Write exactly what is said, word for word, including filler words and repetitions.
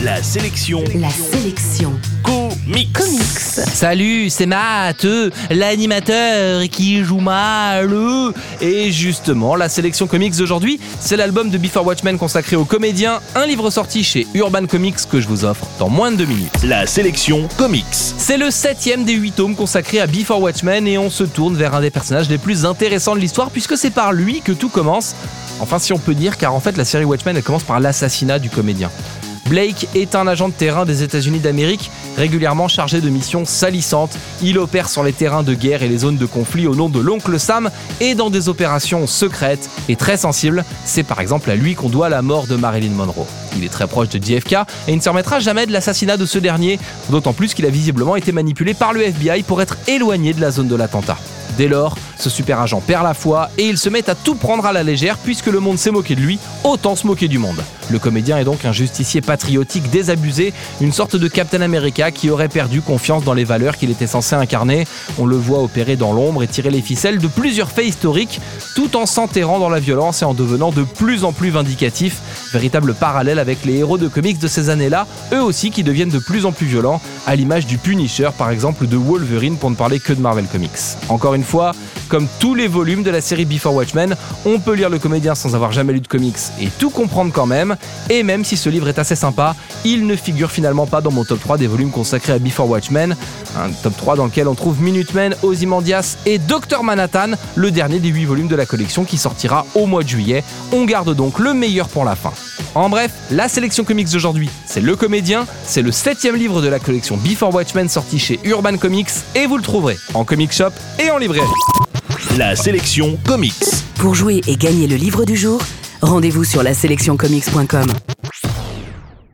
La sélection. La sélection. Comics. Comics. Salut, c'est Matt, euh, l'animateur qui joue mal. euh. Et justement, la sélection comics d'aujourd'hui, c'est l'album de Before Watchmen consacré aux comédiens, un livre sorti chez Urban Comics que je vous offre dans moins de deux minutes. La sélection Comics. C'est le septième des huit tomes consacrés à Before Watchmen et on se tourne vers un des personnages les plus intéressants de l'histoire puisque c'est par lui que tout commence. Enfin, si on peut dire, car en fait la série Watchmen elle commence par l'assassinat du comédien. Blake est un agent de terrain des États-Unis d'Amérique, régulièrement chargé de missions salissantes. Il opère sur les terrains de guerre et les zones de conflit au nom de l'oncle Sam et dans des opérations secrètes et très sensibles. C'est par exemple à lui qu'on doit la mort de Marilyn Monroe. Il est très proche de J F K et il ne se remettra jamais de l'assassinat de ce dernier, d'autant plus qu'il a visiblement été manipulé par le F B I pour être éloigné de la zone de l'attentat. Dès lors, ce super agent perd la foi et il se met à tout prendre à la légère puisque le monde s'est moqué de lui, autant se moquer du monde. Le comédien est donc un justicier patriotique désabusé, une sorte de Captain America qui aurait perdu confiance dans les valeurs qu'il était censé incarner. On le voit opérer dans l'ombre et tirer les ficelles de plusieurs faits historiques, tout en s'enterrant dans la violence et en devenant de plus en plus vindicatif. Véritable parallèle avec les héros de comics de ces années-là, eux aussi qui deviennent de plus en plus violents, à l'image du Punisher par exemple ou de Wolverine pour ne parler que de Marvel Comics. Encore une fois, comme tous les volumes de la série Before Watchmen, on peut lire le comédien sans avoir jamais lu de comics et tout comprendre quand même. Et même si ce livre est assez sympa, il ne figure finalement pas dans mon top trois des volumes consacrés à Before Watchmen. Un top trois dans lequel on trouve Minutemen, Ozymandias et docteur Manhattan, le dernier des huit volumes de la collection qui sortira au mois de juillet. On garde donc le meilleur pour la fin. En bref, la sélection comics d'aujourd'hui, c'est Le Comédien, c'est le septième livre de la collection Before Watchmen sorti chez Urban Comics et vous le trouverez en comic shop et en librairie. La sélection Comics. Pour jouer et gagner le livre du jour, rendez-vous sur la sélection comics point com.